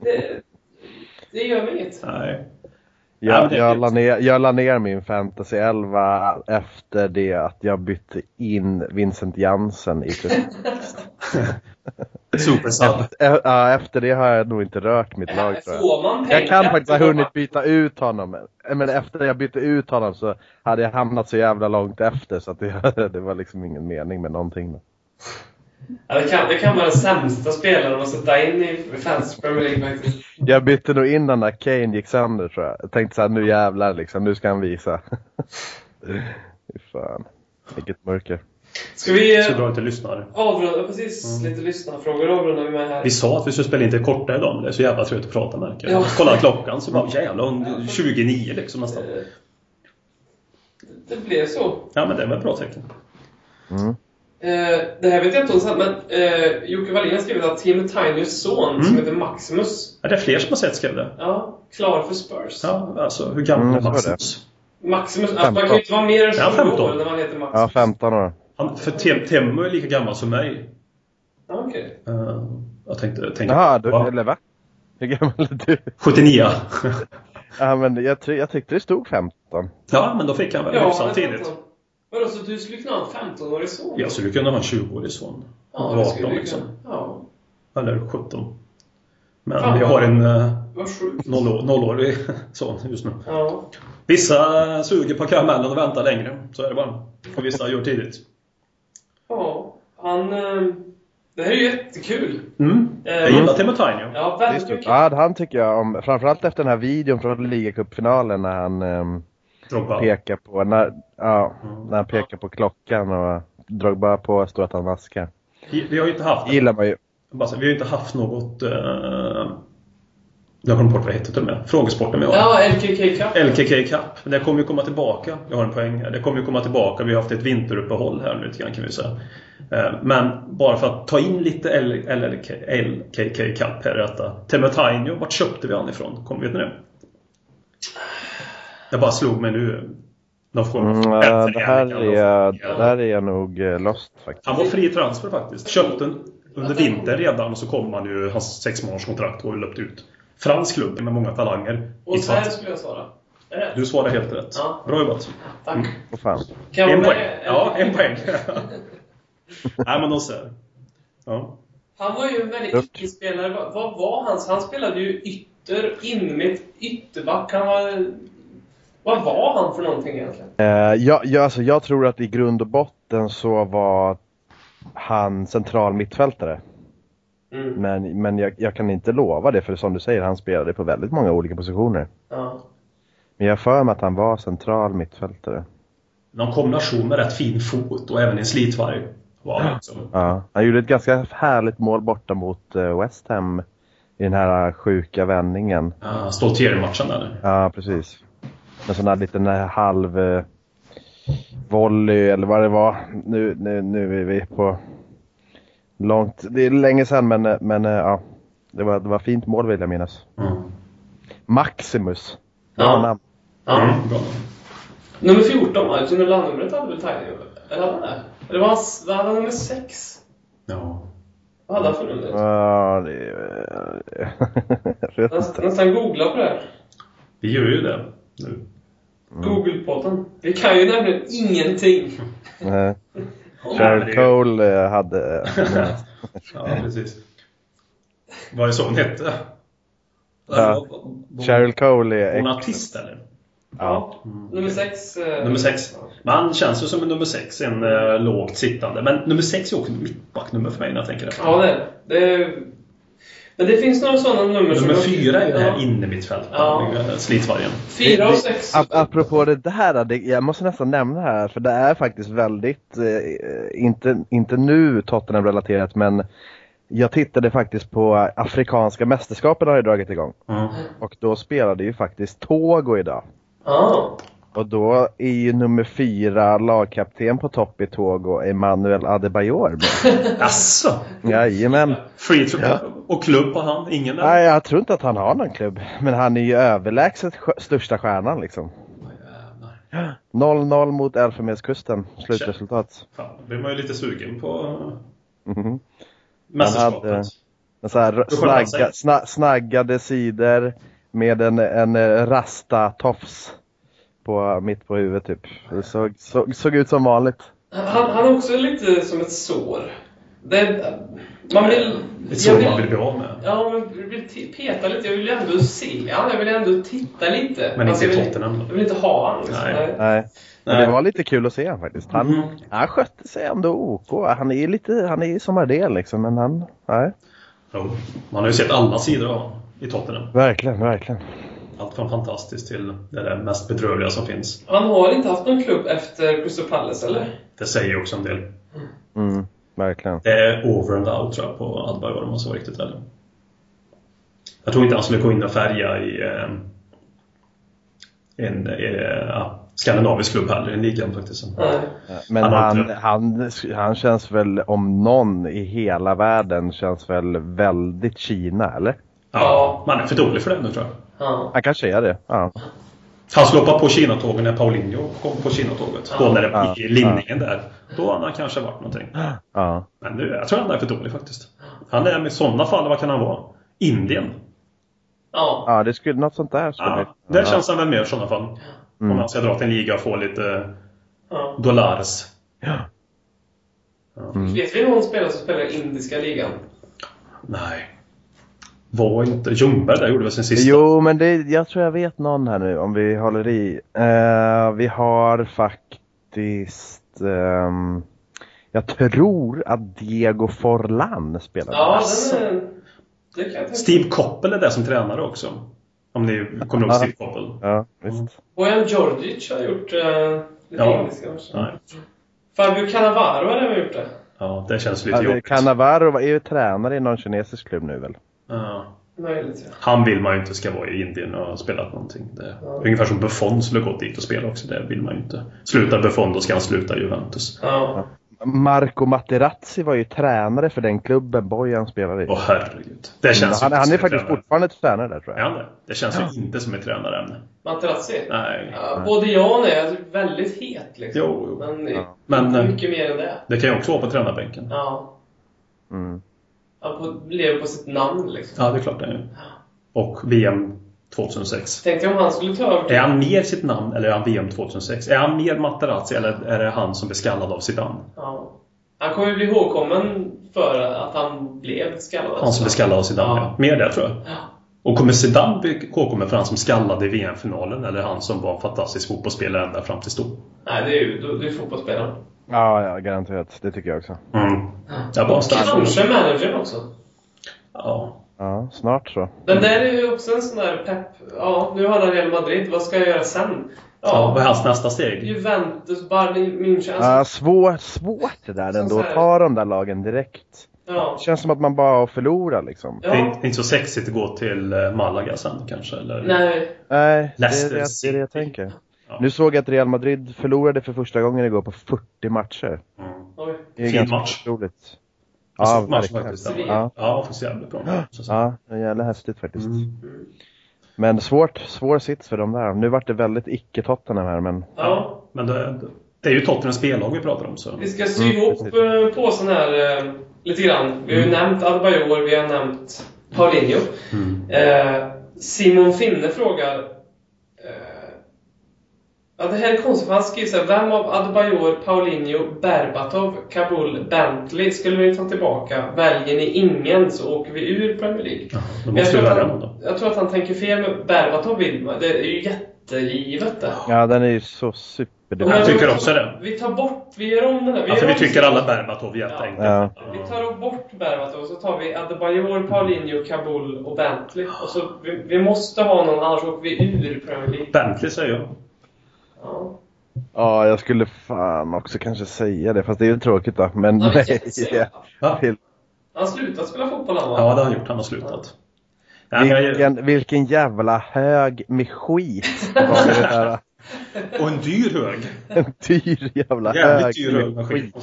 det gör mig inget. Nej. Jag la ner min Fantasy 11 efter det att jag bytte in Vincent Jansen i Supersub. Efter det har jag nog inte rört mitt lag, tror jag. Jag kan faktiskt ha hunnit byta ut honom. Men efter jag bytte ut honom så hade jag hamnat så jävla långt efter, så att det var liksom ingen mening med någonting. Ja, det kan vara den sämsta spelaren att sätta in i Fantasy Premier League faktiskt. Jag bytte nog in den där Kane gick sönder, tror jag. Jag tänkte så här, nu jävlar liksom, nu ska han visa. Fan. Vilket mörker. Ska vi Så bra inte lyssnar. avrunda, precis, lite lyssnarfrågor avrundar vi med här. Vi sa att vi skulle spela in till korta idag, men det är så jävla trött att prata med. Kolla klockan så bara jävla 29 liksom nästan. Det blev så. Ja, men det är väl ett bra tecken. Det här vet jag inte om sant, men Jocke Wallin har skrivit att Tim Tynys son som heter Maximus. Är det fler som har sett skrev det? Ja, klar för Spurs. Ja, alltså hur gammal är Maximus? Maximus, alltså, man kan ju inte vara mer än 20 15 år när man heter Maximus. Ja, 15 år. För Temmo är lika gammal som mig. Ja, okej. Jag tänkte Jaha, eller va? Hur gammal är du? 79. Ja, men jag tyckte det stod 15. Ja, men då fick han väl hyfsat tidigt. Vadå, så du skulle kunna ha en 15-årig son? Jag skulle kunna ha en 20-årig son. Ja, 18 liksom. Ja. Eller 17. Men Fan, jag har en vad sjukt. 0-årig son just nu. Ja. Vissa suger på karamellen och väntar längre. Så är det bara. Och vissa gör tidigt. Ja, det här är ju jättekul. Jag gillar Tim Tynyo. Ja, väldigt mycket. Ja, han tycker jag om, framförallt efter den här videon från ligacupfinalen när han pekar på när han pekar på klockan och Drogba påstår att han vaskar. Vi har ju inte haft gillar man ju. Vi har ju inte haft något jag kommer bort vad det heter till och med. Frågesporten med. Ja, LKK Cup. LKK Cup. Det kommer ju komma tillbaka. Jag har en poäng här. Det kommer ju komma tillbaka. Vi har haft ett vinteruppehåll här nu lite grann kan vi säga. Men bara för att ta in lite LKK Cup här i detta. Tim Tynyo, vart köpte vi han ifrån? Vet ni det? Jag bara slog mig nu. Det här är jag nog lost faktiskt. Han var fri transfer faktiskt. Köpte under vintern redan och så kom han ju, hans 6 månaders kontrakt och löpt ut. Fransk klubb med många talanger. Och så här skulle jag svara. Är det? Du svarar helt rätt. Ja. Bra jobbat. Tack. Vad fan. En poäng. Ja, en poäng. Nej, men då ser. Ja. Han var ju en väldigt icke-spelare. Vad var hans? Han spelade ju ytterback. Vad var han för någonting egentligen? Jag tror att i grund och botten så var han central mittfältare. Men jag kan inte lova det, för som du säger, han spelade på väldigt många olika positioner. Ja. Men jag för mig att han var central mittfältare. Någon kombination med rätt fin fot och även en slitvarg. Ja, han gjorde ett ganska härligt mål borta mot West Ham i den här sjuka vändningen. Ja, Stoltieri-matchen där. Ja, precis. En sån här liten halv volley eller vad det var. Nu är vi på långt. Det är länge sedan, men ja, det var fint mål vill jag minnas. Maximus. Bra namn. Ja. Nummer 14 var ju numret hade väl Tynyo. Eller hade han det? Eller var han nummer 6? Ja. Vad hade han för nummer? Ja, nästan googla på det här. Vi gör ju det nu. Google-podden. Vi kan ju nämligen ingenting. Nej. Cheryl Cole hade... Ja, precis. Vad är det så hon hette? Ja. Cheryl Cole är... Hon är artist eller? Ja. Nummer 6. Nummer 6. Man känns ju som en nummer 6. En lågt sittande. Men nummer 6 är också mittbacknummer för mig när jag tänker det. Ja, det men det finns några sådana nummer. Nummer 4 är ju det här inne mittfältet. Ja. Slitvargen. 4 och 6. Apropå det här, jag måste nästan nämna här. För det är faktiskt väldigt, inte nu Tottenham-relaterat, men jag tittade faktiskt på afrikanska mästerskapen har ju dragit igång. Och då spelade ju faktiskt Togo idag. Och då är ju nummer 4 lagkapten på topp i Togo, Emmanuel Adebayor. Asså? Jajamän. Free och klubb har han? Ingen? Nej, jag tror inte att han har någon klubb. Men han är ju överlägset största stjärnan liksom. 0-0 mot Elfenbenskusten. Slutresultat. Fan, då blir man ju lite sugen på mästerskapet. Han hade så här snaggade sidor med en rasta tofs mitt på huvudet typ. Det såg ut som vanligt. Han är också lite som ett sår. Man vill bli av med. Ja, man vill peta lite. Jag vill ändå se han. Jag vill ändå titta lite. Men inte i Tottenham. Jag vill inte ha han. Liksom. Nej. Men det var lite kul att se han faktiskt. Han skötte sig ändå OK. Han är som Ardell liksom, men han nej. Jo, man har ju sett alla sidor av i Tottenham. Verkligen. Allt från fantastiskt till det mest bedrövliga som finns. Han har inte haft någon klubb efter Crystal Palace, eller? Det säger ju också en del. Verkligen. Det är over and out, tror jag, på Adebayor, om man så riktigt eller. Jag tror inte han skulle gå in och färga i en skandinavisk klubb heller i ligan faktiskt. Men han känns väl, om någon i hela världen, känns väl väldigt Kina, eller? Ja, man är för dålig för det nu, tror jag. Ja. Han kanske är det, ja. Han skulle hoppa på Kina-tågen när Paulinho kom på Kina-tåget. Då när det i linningen där. Då har han kanske varit någonting. Ja. Men nu, jag tror han är för dålig faktiskt. Han är med sådana fall, vad kan han vara? Indien. Ja, det skulle något sånt där. Det känns han väl mer i sådana fall. Om man ska dra till en liga och få lite dollars. Vet vi någon spelare som spelar i indiska ligan? Nej. Var inte Ljungberg där, gjorde väl sin sista? Jo, men jag tror jag vet någon här nu, om vi håller i. Vi har faktiskt... jag tror att Diego Forlan spelar. Ja, det kan jag tänka. Steve Koppel är det som tränare också. Om ni kommer ihåg Steve Koppel. Ja, visst. Bojan Djordjic har gjort lite indiska också. Fabio Cannavaro har även gjort det. Ja, det känns lite jobbigt. Cannavaro är ju tränare i någon kinesisk klubb nu väl? Ja. Möjligt, ja. Han vill man ju inte ska vara i Indien och ha spelat någonting. Ungefär som Buffon skulle gått dit och spela också. Det vill man ju inte. Slutar Buffon, då ska han sluta i Juventus. Ja. Marco Materazzi var ju tränare för den klubben Bojan spelade i. Herregud. Det känns han är faktiskt fortfarande tränare där, tror jag. Ja, det känns ju inte som ett tränaremne. Materazzi? Nej. Ja, både jag och är väldigt het liksom. Jo. Men mycket mer än det. Det kan ju också vara på tränarbänken. Ja. Han lever på sitt namn liksom. Ja, det är klart det är. Och VM 2006. Tänkte om han skulle ta över. Är han mer sitt namn eller är han VM 2006? Är han mer Materazzi eller är det han som blir skallad av Zidane? Ja. Han kommer ju bli ihågkommen för att han blev skallad. Han som blev skallad av Zidane, ja. Mer det, tror jag. Ja. Och kommer Zidane bli ihågkommen för han som skallade i VM-finalen eller han som var en fantastisk fotbollsspelare ända fram till stor? Nej, det är fotbollsspelaren. Ja, garanterat. Det tycker jag också. Kanske managern också. Ja, snart så. Men där är ju också en sån där pepp. Ja, nu har han Real Madrid. Vad ska jag göra sen? Ja, vad är hans nästa steg? Juventus, Bayern München. Ja, svårt det där ändå. Ta de där lagen direkt. Ja. Det känns som att man bara förlorar liksom. Ja. Det är inte så sexigt att gå till Malaga sen kanske? Eller? Nej, det är det jag tänker. Ja. Nu såg jag att Real Madrid förlorade för första gången igår på 40 matcher. Det är fin match. Otroligt. Ja, verkligen. Ja, faktiskt jävligt bra. Ja, det är jävla häftigt faktiskt. Men svår sits för dem där. Nu vart det väldigt icke-Tottenham här, men... Ja, men det är ju Tottenhams spellag vi pratar om, så... Vi ska sy ihop på sån här lite grann. Vi har ju nämnt Adebayor, vi har nämnt Paulinho. Simon Finne frågar... Ja, det här är konstigt, för han skriver så här: vem av Adebayor, Paulinho, Berbatov, Kabul, Bentley skulle vi ta tillbaka? Väljer ni ingen så åker vi ur Premier League. Jag tror att han tänker fel med Berbatov. Det är ju jättegivet det. Ja, den är ju så super. Jag tycker också det. Vi gör om den här. Alltså, vi tycker alla Berbatov jätteenkelt. Ja. Vi tar bort Berbatov och så tar vi Adebayor, Paulinho, Kabul och Bentley. Och så vi måste ha någon, annars åker vi ur Premier League. Bentley säger jag. Ja, jag skulle fan också kanske säga det, fast det är ju tråkigt då. Men nej. Han har slutat spela fotboll, han va? Ja, det har han gjort. Han har slutat. Vilken jävla hög med skit. Och en dyr hög. En dyr jävla hög med skit.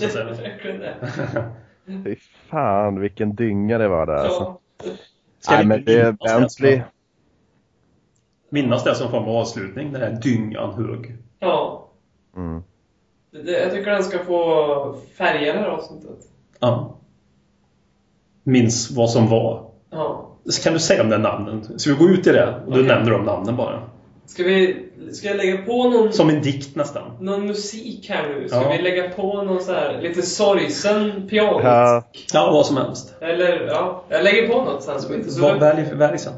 Fy fan, vilken dynga det var där alltså. Nej, men det är Bentley. Minnas det som form av avslutning, den här dyngan hög. Ja. Jag tycker den ska få färga det här avsnittet. Ja. Minns vad som var. Ja. Så kan du säga om den namnen. Så vi går ut i det och du nämner de namnen bara. Ska jag lägga på någon... Som en dikt nästan. Någon musik här nu. Ska vi lägga på någon så här lite sorgsen piano? Ja, vad som helst. Eller, jag lägger på något sen som inte så... Välj sen.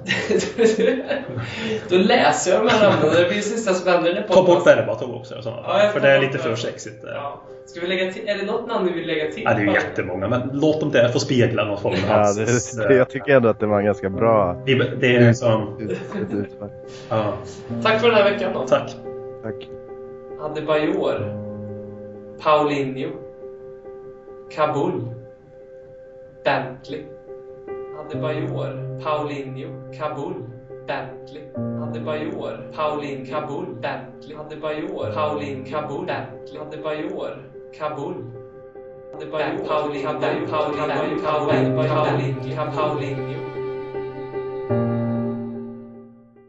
Då läser jag de här namnen. Det blir sista spännande på. Ta bort Berbatov också. För det är lite för sexigt. Ja. Ska vi lägga till... Är det något namn vi vill lägga till? Ja, det är ju jättemånga. Men låt dem där få spegla något form av hans... Jag tycker ändå att det var en ganska bra... Det är liksom... Tack för den här veckan då. Tack. Adebayor, Paulinho, Kabul, Bentley. Adebayor, Paulinho, Kabul, Bentley. Adebayor, Paulin, Kabul, Bentley. Adebayor, Paulin, Kabul, Bentley. Adebayor, Kabul. Adebayor, Paulin, Kabul, Paulin, Paulinho.